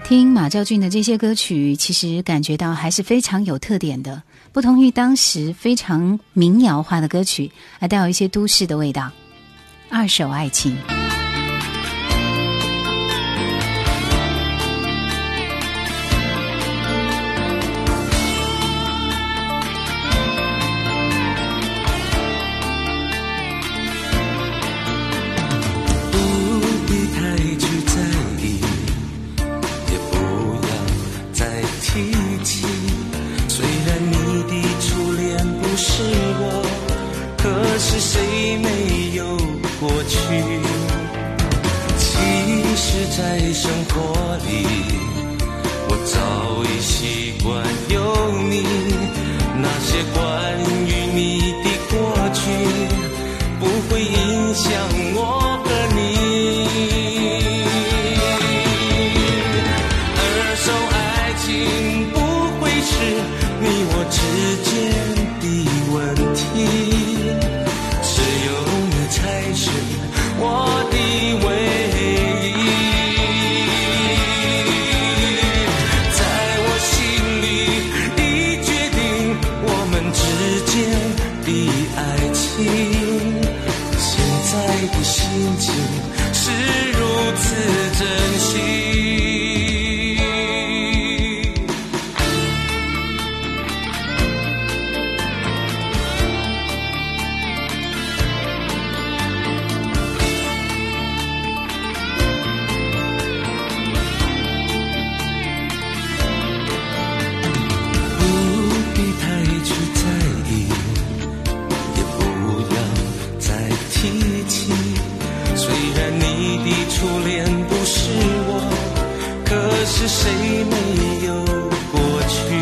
听马兆骏的这些歌曲，其实感觉到还是非常有特点的，不同于当时非常民谣化的歌曲，还带有一些都市的味道。二手爱情。 是谁没有过去？其实在生活里，我早已习惯有你。那些关于你的过去，不会影响我和你。二手爱情不会是你我之间的问题，才是我的唯一，在我心里已决定我们之间的爱情，现在的心情是如此珍惜。是谁没有过去？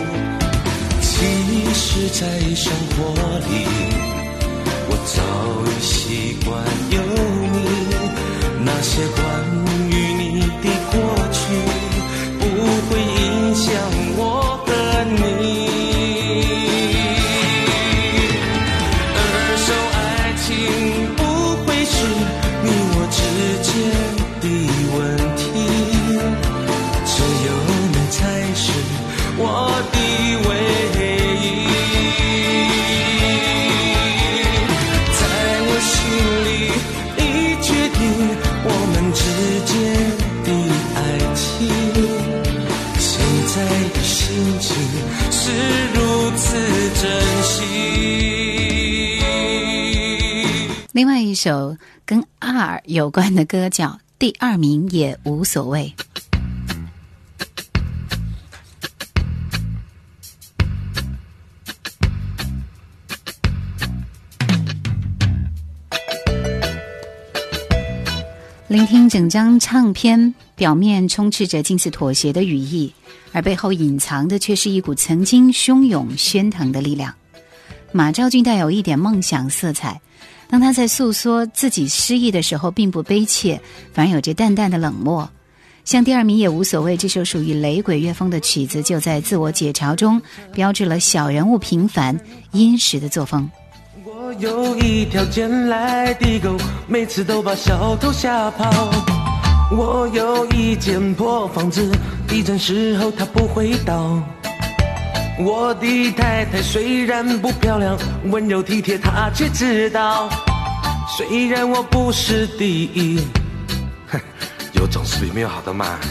其实在生活里，我早已习惯有你。那些关于你的过去，不会影响我和你。二手爱情不会是你我之间的问题，才是我的唯一，在我心里已决定我们之间的爱情，现在的心情是如此珍惜。 另外一首跟R有关的歌叫《第二名也无所谓》。聆听整张唱片，表面充斥着近似妥协的语意，而背后隐藏的却是一股曾经汹涌喧腾的力量。马兆骏带有一点梦想色彩，当他在诉说自己失意的时候并不悲切，反而有着淡淡的冷漠。像第二名也无所谓，这首属于雷鬼乐风的曲子，就在自我解嘲中标志了小人物平凡殷实的作风。 我有一条捡来的狗，每次都把小偷吓跑。我有一间破房子，地震时候它不会倒。我的太太虽然不漂亮，温柔体贴她却知道。虽然我不是第一，有种是比没有好的嘛。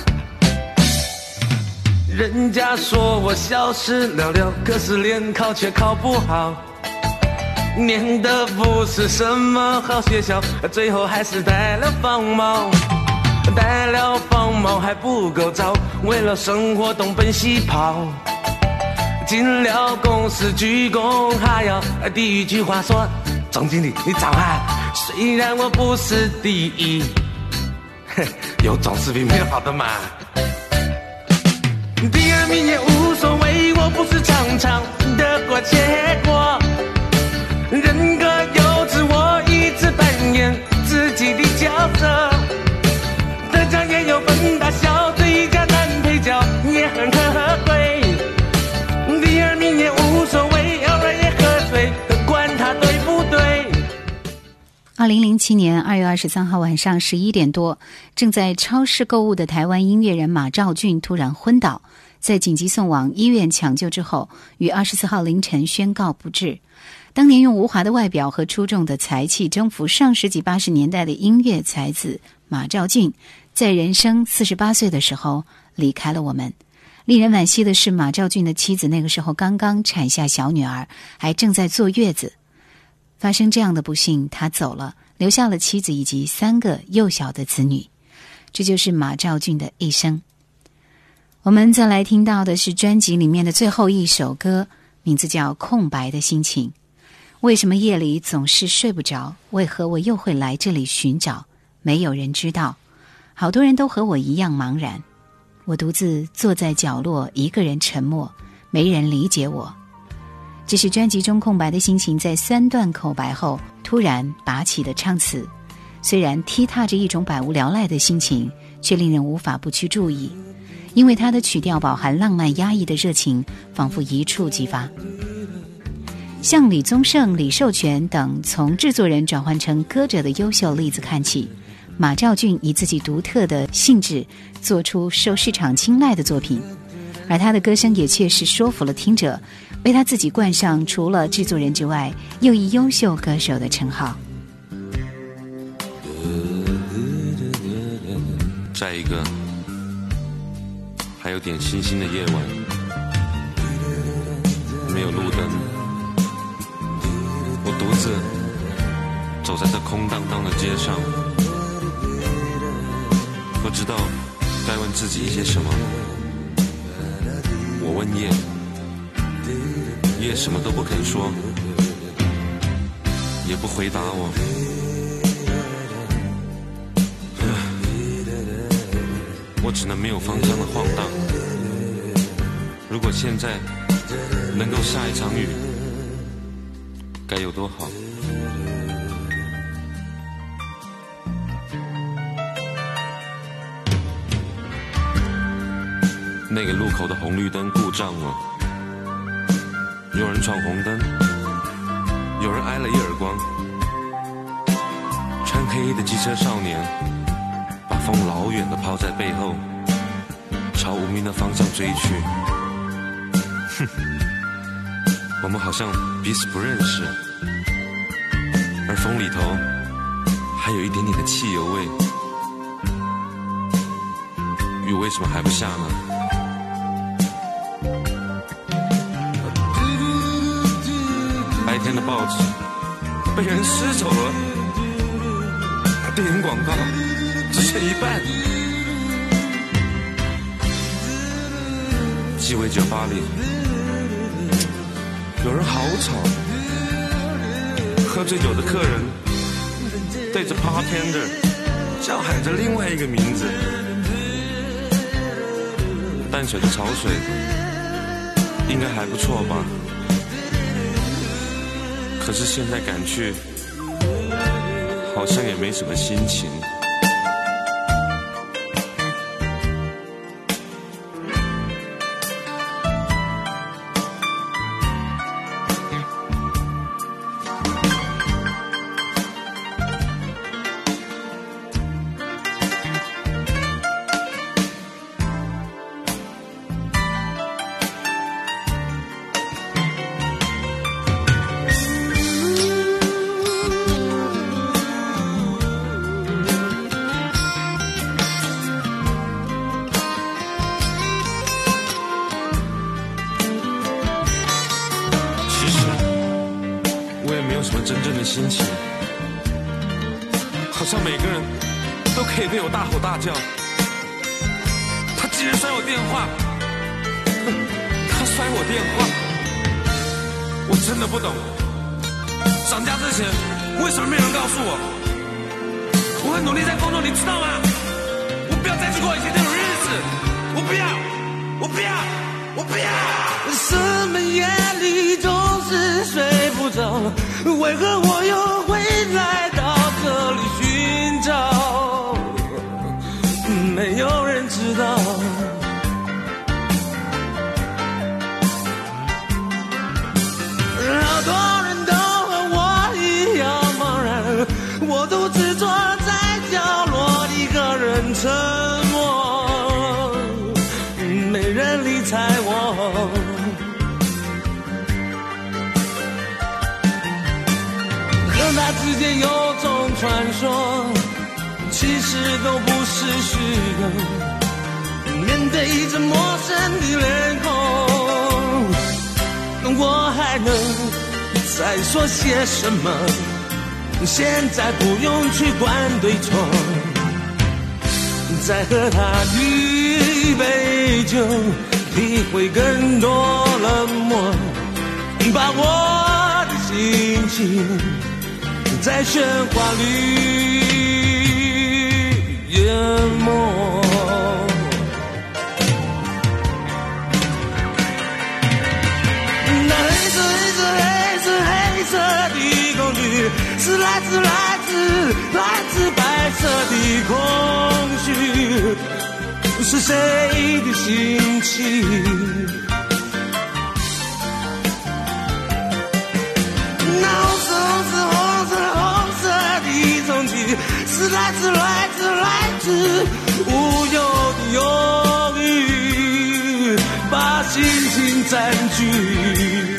人家说我小事了了，可是联考却考不好。念的不是什么好学校，最后还是戴了仿冒。戴了仿冒还不够早，为了生活东奔西跑。进了公司鞠躬哈腰，第一句话说总经理你早安。虽然我不是第一，有种是比没有好的嘛。第二名也无所谓，我不是常常得过且过。人各有志，我一直扮演自己的角色。得奖也有分大小，最佳男配角也很可贵。第二名也无所谓，偶尔也喝醉，管他对不对。 2007年2月23号晚上11点多，正在超市购物的台湾音乐人马兆骏突然昏倒，在紧急送往医院抢救之后，于24号凌晨宣告不治。当年用无华的外表和出众的才气征服上世纪80年代的音乐才子马兆骏，在人生48岁的时候离开了我们。令人惋惜的是，马兆骏的妻子那个时候刚刚产下小女儿，还正在坐月子。发生这样的不幸，他走了，留下了妻子以及3个幼小的子女。这就是马兆骏的一生。我们再来听到的是专辑里面的最后一首歌，名字叫《空白的心情》。为什么夜里总是睡不着？为何我又会来这里寻找？没有人知道，好多人都和我一样茫然。我独自坐在角落，一个人沉默，没人理解我。这是专辑中空白的心情在3段口白后突然拔起的唱词，虽然踢踏着一种百无聊赖的心情，却令人无法不去注意，因为它的曲调饱含浪漫压抑的热情，仿佛一触即发。像李宗盛、李寿全等从制作人转换成歌者的优秀例子看起，马兆骏以自己独特的性质做出受市场青睐的作品，而他的歌声也确实说服了听者，为他自己冠上除了制作人之外又一优秀歌手的称号。 在一个还有点星星的夜晚，没有路灯，我独自走在这空荡荡的街上，不知道该问自己一些什么。我问夜，夜什么都不肯说，也不回答我。我只能没有方向的晃荡。如果现在能够下一场雨，该有多好。那个路口的红绿灯故障了，有人闯红灯，有人挨了一耳光。穿黑衣的机车少年把风老远地抛在背后，朝无名的方向追去。哼，我们好像彼此不认识，而风里头还有一点点的汽油味。雨为什么还不下呢？白天的报纸被人撕走了，电影广告只剩一半。鸡尾酒吧里有人好吵，喝醉酒的客人对着 bartender 叫喊着另外一个名字。淡水的潮水应该还不错吧，可是现在赶去好像也没什么心情。真正的心情，好像每个人都可以对我大吼大叫。他竟然摔我电话，他摔我电话，我真的不懂。涨价之前为什么没有人告诉我？我很努力在工作，你知道吗？我不要再去过以前那种日子，我不要，我不要，我不要。为什么夜里总是睡不着？为何我又会来到这里寻找？没有人知道。好多人都和我一样茫然，我和他之间有种传说，其实都不是虚构。面对着陌生的脸孔，我还能再说些什么？现在不用去管对错，再和他一杯酒，体会更多冷漠，把我的心情在喧哗里淹没。那黑色的公寓，是来自白色的空虚，是谁的心情？那红色的踪迹，是来自无忧的忧郁，把心情占据。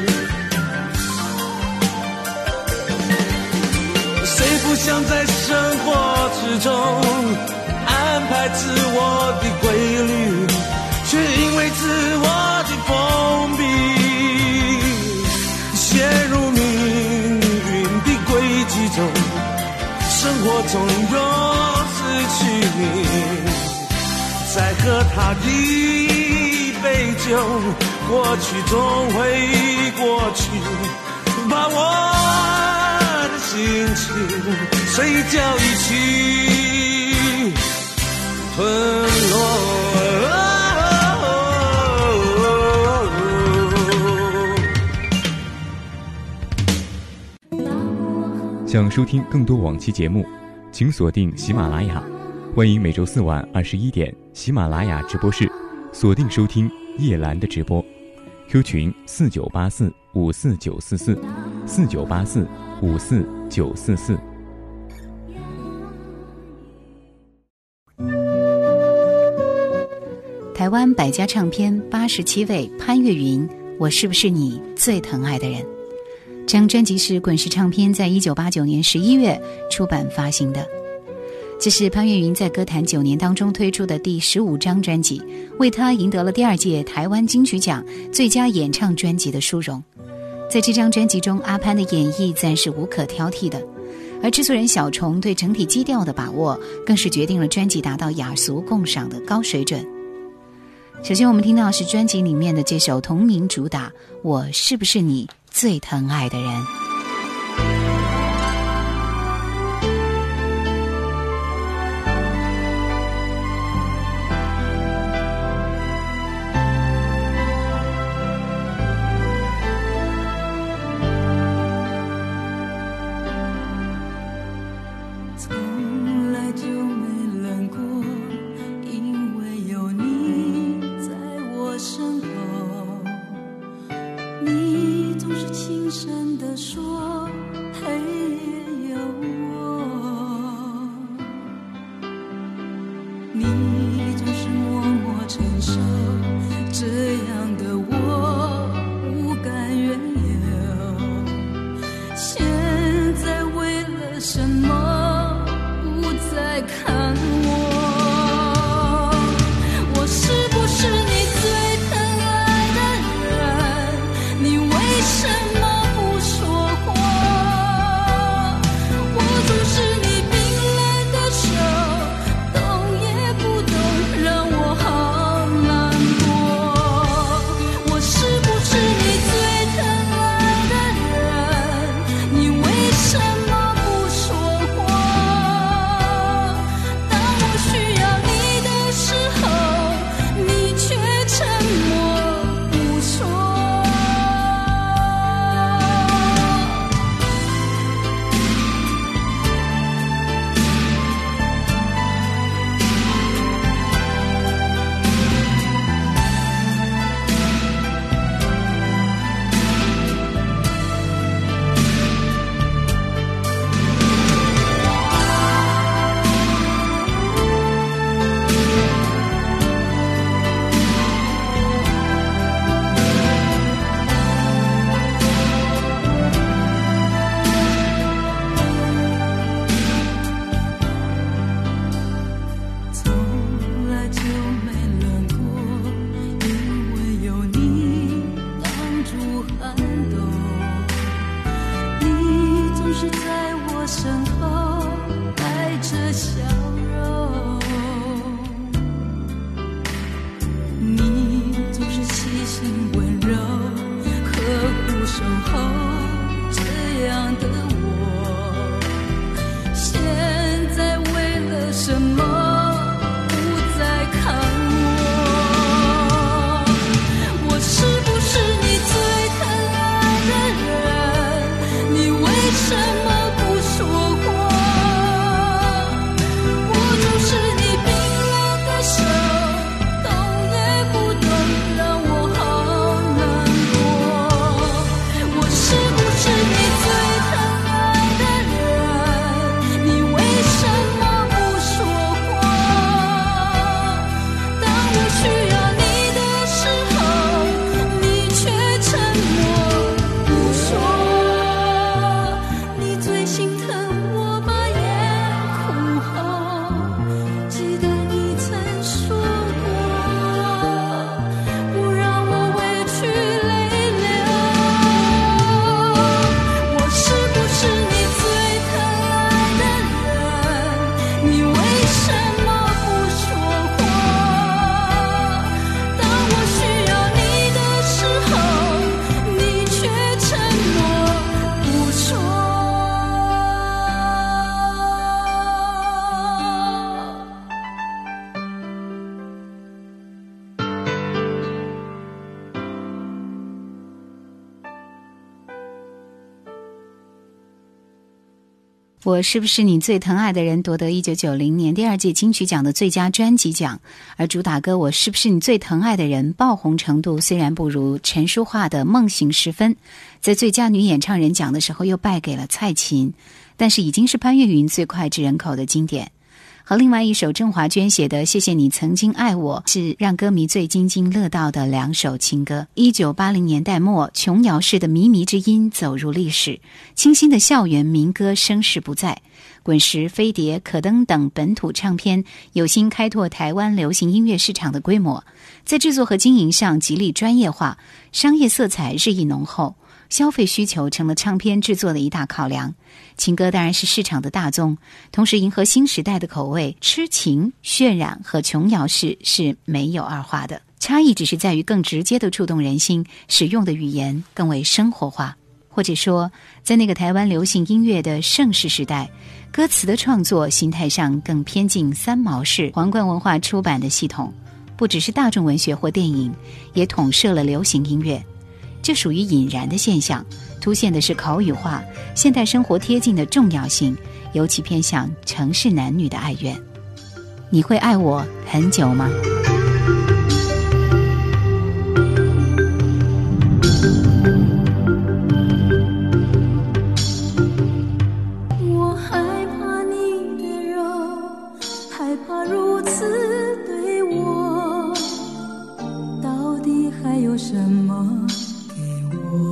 谁不想在生活之中安排自我的规律，却因为自我的封闭，陷入命运的轨迹中，生活中又失去你。再和他一杯酒，过去总会过去，把我的心情随脚一起吞落。 想收听更多往期节目，请锁定喜马拉雅。欢迎每周4晚21点喜马拉雅直播室锁定收听叶兰的直播。Q 群4984-54944，4984-54944。 台湾百家唱片87位潘越云，我是不是你最疼爱的人？这张专辑是滚石唱片在1989年11月出版发行的。这是潘越云在歌坛9年当中推出的第15张专辑，为他赢得了第2届台湾金曲奖最佳演唱专辑的殊荣。在这张专辑中，阿潘的演绎自然是无可挑剔的，而制作人小虫对整体基调的把握，更是决定了专辑达到雅俗共赏的高水准。首先我们听到是专辑里面的这首同名主打《我是不是你最疼爱的人》。 说温柔，呵护守候，这样的我，现在为了什么不再看我？我是不是你最疼爱的人？你为什么不说话？我就是你冰冷的手，动也不动，让我好难过。我是不是你最疼爱的人？你为什么不说话？当我需要你的时候，你却沉默不说。你最心疼我把眼哭红，记得你曾说过，不让我委屈泪流。我是不是你最疼爱的人？你为什么不说话？当我需要你的时候，你却沉默不说。 我是不是你最疼爱的人夺得1990年第2届金曲奖的最佳专辑奖，而主打歌我是不是你最疼爱的人爆红程度虽然不如陈淑桦的梦醒时分，在最佳女演唱人奖的时候又败给了蔡琴，但是已经是潘越云最脍炙人口的经典。和另外一首郑华娟写的谢谢你曾经爱我，是让歌迷最津津乐道的2首情歌。1980年代末，琼瑶式的靡靡之音走入历史，清新的校园民歌声势不再，滚石、飞碟、可登等本土唱片有心开拓台湾流行音乐市场的规模，在制作和经营上极力专业化，商业色彩日益浓厚，消费需求成了唱片制作的一大考量。情歌当然是市场的大宗，同时迎合新时代的口味，痴情、渲染和琼瑶式是没有二话的，差异只是在于更直接的触动人心，使用的语言更为生活化。或者说，在那个台湾流行音乐的盛世时代，歌词的创作形态上更偏近三毛式皇冠文化出版的系统，不只是大众文学或电影，也统摄了流行音乐。这属于引燃的现象，凸显的是口语化、现代生活贴近的重要性，尤其偏向城市男女的爱怨。你会爱我很久吗？ 我害怕你的柔，害怕如此对我，到底还有什么给我？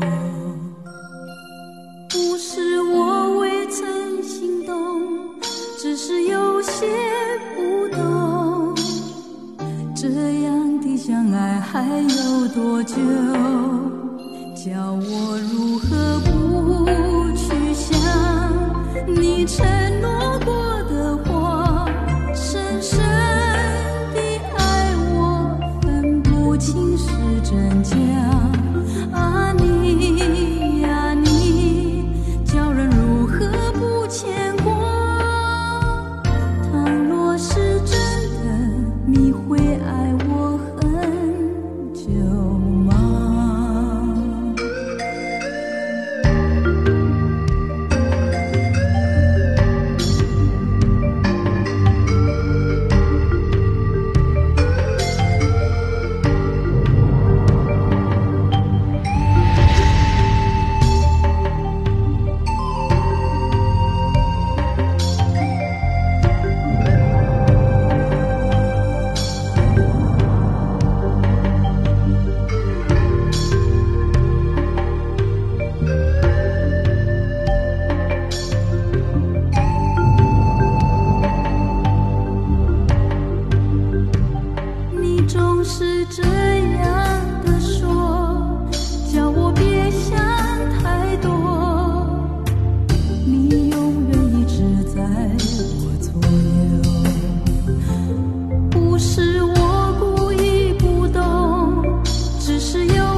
不是我未曾心动，只是有些不懂，这样的相爱还有多久？叫我如何不去想你承诺过的话，深深的爱我，分不清是真假。啊你呀你，叫人如何不牵挂？倘若是真的，你会爱我很久吗？是我故意不懂，只是有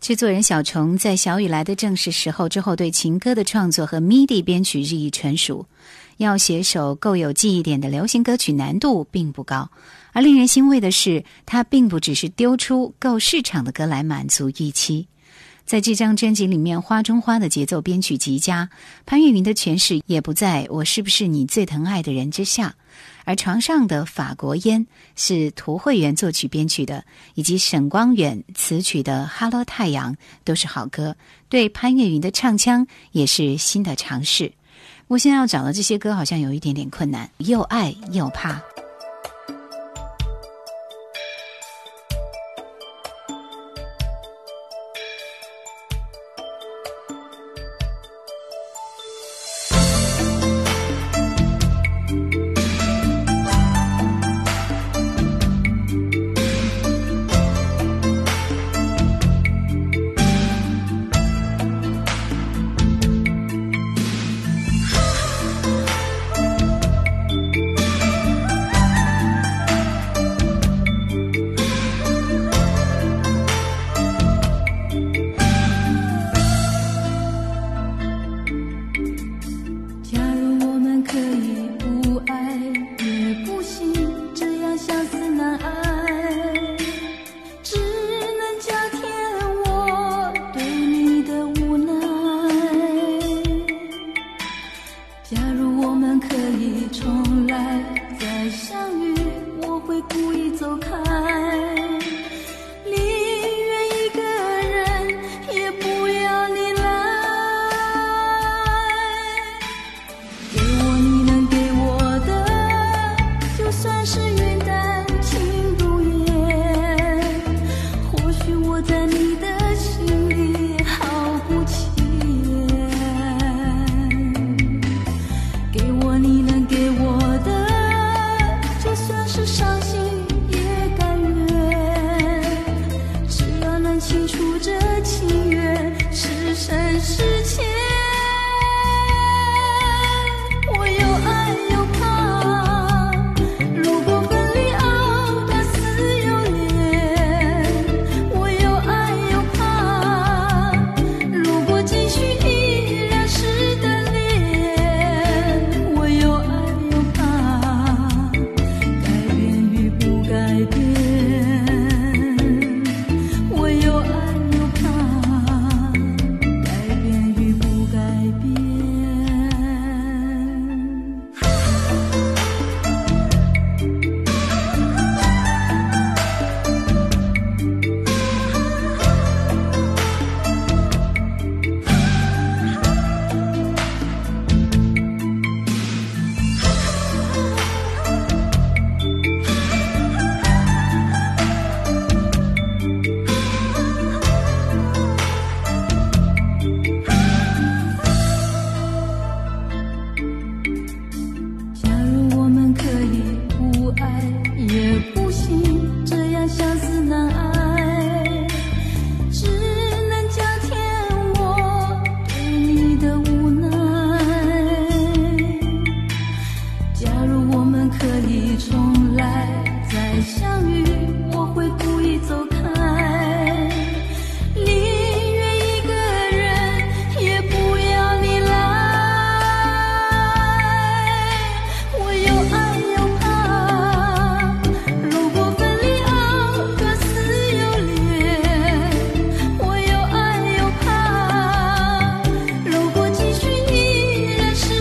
制作人小虫在小雨来的正是时候之后，对情歌的创作和 MIDI 编曲日益纯熟，要写首够有记忆点的流行歌曲难度并不高。而令人欣慰的是，他并不只是丢出够市场的歌来满足预期。在这张专辑里面，花中花的节奏编曲极佳，潘越云的诠释也不在我是不是你最疼爱的人之下，而床上的法国烟是涂慧源作曲编曲的，以及沈光远词曲的 Hello 太阳都是好歌，对潘越云的唱腔也是新的尝试。我现在要找到这些歌好像有一点点困难，又爱又怕。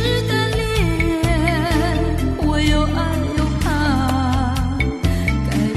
改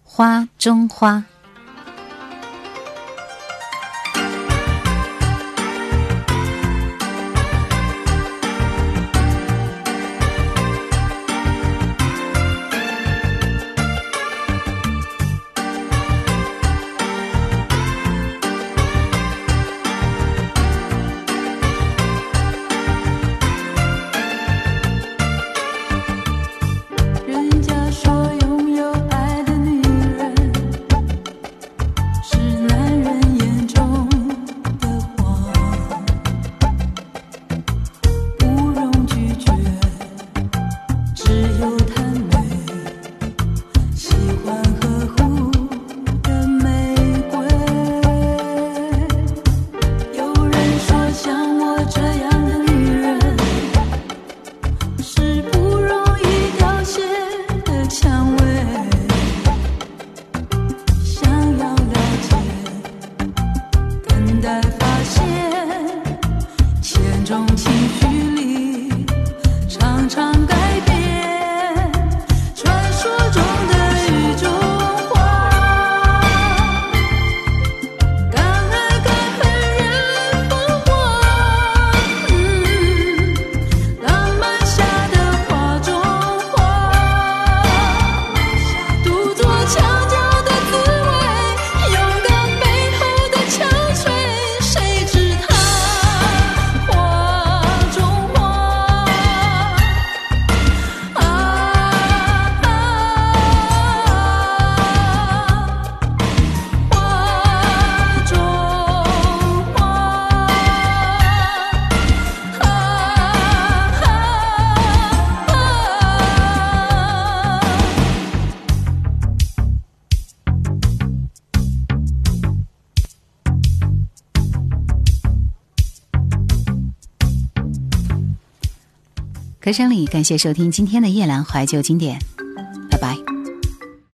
花中花。 人家说拥有爱的女人是男人眼中的花，不容拒绝，只有贪美，喜欢呵护的玫瑰。有人说像我这样的女人是不容易凋谢的蔷薇，想要了解，等待发现，千种情绪里常常改变，传说中的雨中花，敢爱敢恨人风华，浪漫下的花中花，独坐墙角的滋味，勇敢背后的憔悴，谁知它花中花啊花中歌声里感谢收听今天的夜兰怀旧经典，